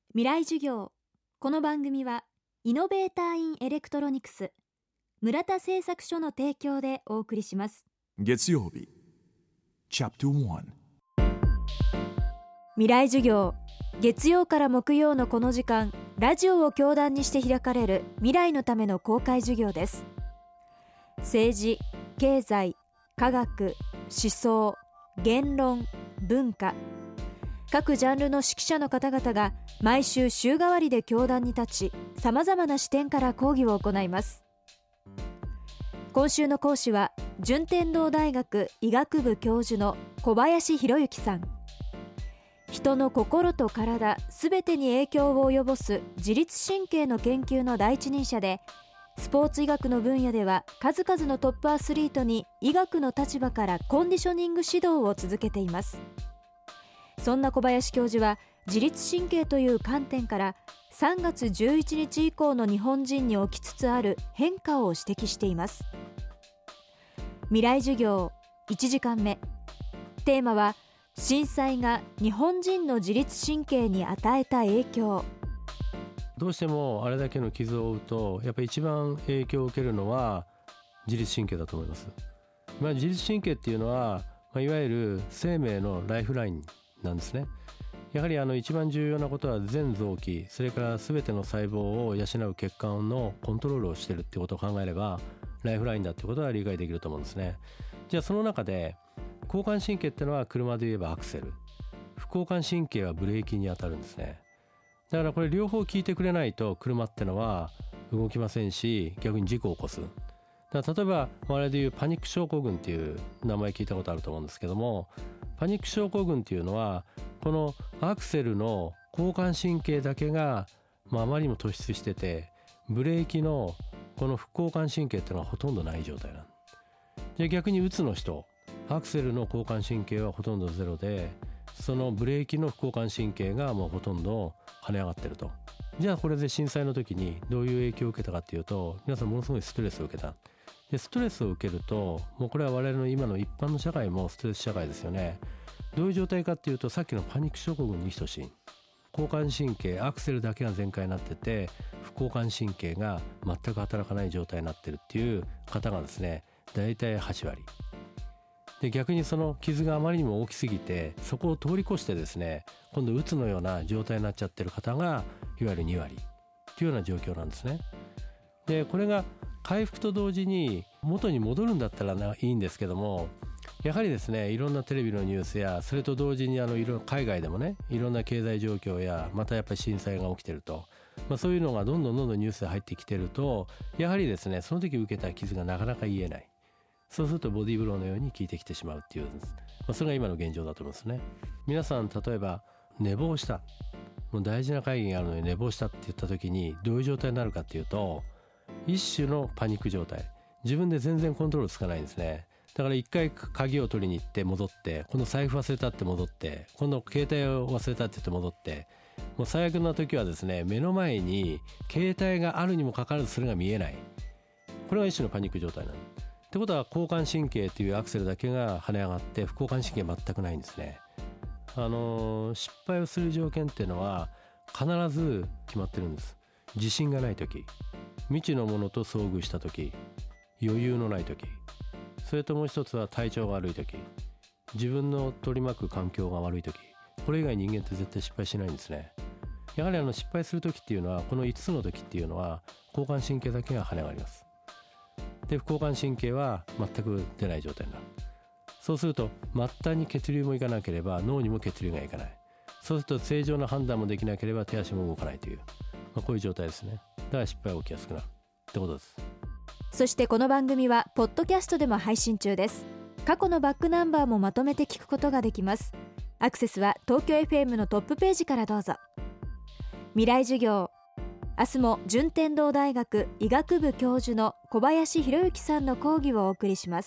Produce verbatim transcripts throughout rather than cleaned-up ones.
未来授業。この番組はイノベーターインエレクトロニクス村田製作所の提供でお送りします。 月曜日チャプターワン未来授業。月曜から木曜のこの時間、ラジオを教壇にして開かれる未来のための公開授業です。政治、経済、科学、思想、言論、文化、各ジャンルの指揮者の方々が毎週週替わりで教壇に立ち、様々な視点から講義を行います。今週の講師は順天堂大学医学部教授の小林博之さん。人の心と体すべてに影響を及ぼす自律神経の研究の第一人者で、スポーツ医学の分野では数々のトップアスリートに医学の立場からコンディショニング指導を続けています。そんな小林教授は自律神経という観点からさんがつじゅういちにち以降の日本人に起きつつある変化を指摘しています。未来授業いちじかんめ、テーマは震災が日本人の自律神経に与えた影響。 どうしてもあれだけの傷を負うとやっぱり一番影響を受けるのは自律神経だと思います。まあ、自律神経っていうのは、まあ、いわゆる生命のライフラインなんですね。やはりあの一番重要なことは全臓器、それから全ての細胞を養う血管のコントロールをしているってことを考えればライフラインだってことは理解できると思うんですね。じゃあその中で交感神経ってのは車で言えばアクセル、副交感神経はブレーキに当たるんですね。だからこれ両方効いてくれないと車ってのは動きませんし、逆に事故を起こす。だから例えば我々でいうパニック症候群っていう名前聞いたことあると思うんですけども、パニック症候群っていうのはこのアクセルの交感神経だけが、まあ、あまりにも突出してて、ブレーキのこの副交感神経っていうのはほとんどない状態なんで、逆にうつの人、アクセルの交感神経はほとんどゼロで、そのブレーキの副交感神経がもうほとんど跳ね上がってると。じゃあこれで震災の時にどういう影響を受けたかっていうと、皆さんものすごいストレスを受けた。でストレスを受けると、もうこれは我々の今の一般の社会もストレス社会ですよね。どういう状態かっていうと、さっきのパニック症候群に等しい。交感神経アクセルだけが全開になってて、副交感神経が全く働かない状態になってるっていう方がですね、だいたいはちわりで、逆にその傷があまりにも大きすぎてそこを通り越してですね、今度うつのような状態になっちゃってる方がいわゆるにわりというような状況なんですね。でこれが回復と同時に元に戻るんだったらいいんですけども、やはりですね、いろんなテレビのニュースや、それと同時にあのいろ海外でもね、いろんな経済状況や、またやっぱり震災が起きてると、まあ、そういうのがどんどんどんどんニュースで入ってきてると、やはりですね、その時受けた傷がなかなか癒えない。そうするとボディーブローのように効いてきてしまうっていう、まあ、それが今の現状だと思うんですね。皆さん例えば寝坊した、もう大事な会議があるのに寝坊したって言った時にどういう状態になるかっていうと、一種のパニック状態、自分で全然コントロールつかないんですね。だから一回鍵を取りに行って戻って、今度財布忘れたって戻って、今度携帯を忘れたって言って戻って、もう最悪な時はですね、目の前に携帯があるにもかかわらずそれが見えない。これが一種のパニック状態なんです。ってことは交感神経というアクセルだけが跳ね上がって、副交感神経全くないんですね。あのー、失敗をする条件っていうのは必ず決まってるんです。自信がない時、未知のものと遭遇した時、余裕のない時、それともう一つは体調が悪い時、自分の取り巻く環境が悪い時、これ以外人間って絶対失敗しないんですね。やはりあの失敗する時っていうのは、このいつつの時っていうのは交感神経だけが跳ね上がります。で副交感神経は全く出ない状態になる。そうすると末端に血流もいかなければ脳にも血流がいかない。そうすると正常な判断もできなければ手足も動かないという、まあ、こういう状態ですね。だから失敗が起きやすくなるってことです。 そしてこの番組はポッドキャストでも配信中です。過去のバックナンバーもまとめて聞くことができます。アクセスは東京 エフエム のトップページからどうぞ。未来授業、明日も順天堂大学医学部教授の小林博之さんの講義をお送りします。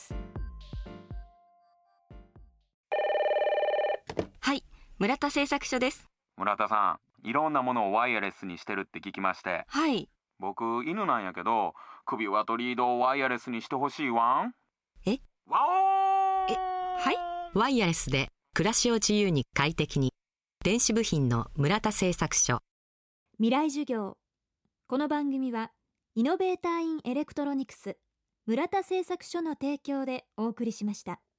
はい、村田製作所です。 村田さん、いろんなものをワイヤレスにしてるって聞きまして。 はい。 僕犬なんやけど、首輪とリードをワイヤレスにしてほしいわん。 えわおー。 えはい、ワイヤレスで暮らしを自由に快適に。電子部品の村田製作所。 未来授業。この番組はイノベーターインエレクトロニクス村田製作所の提供でお送りしました。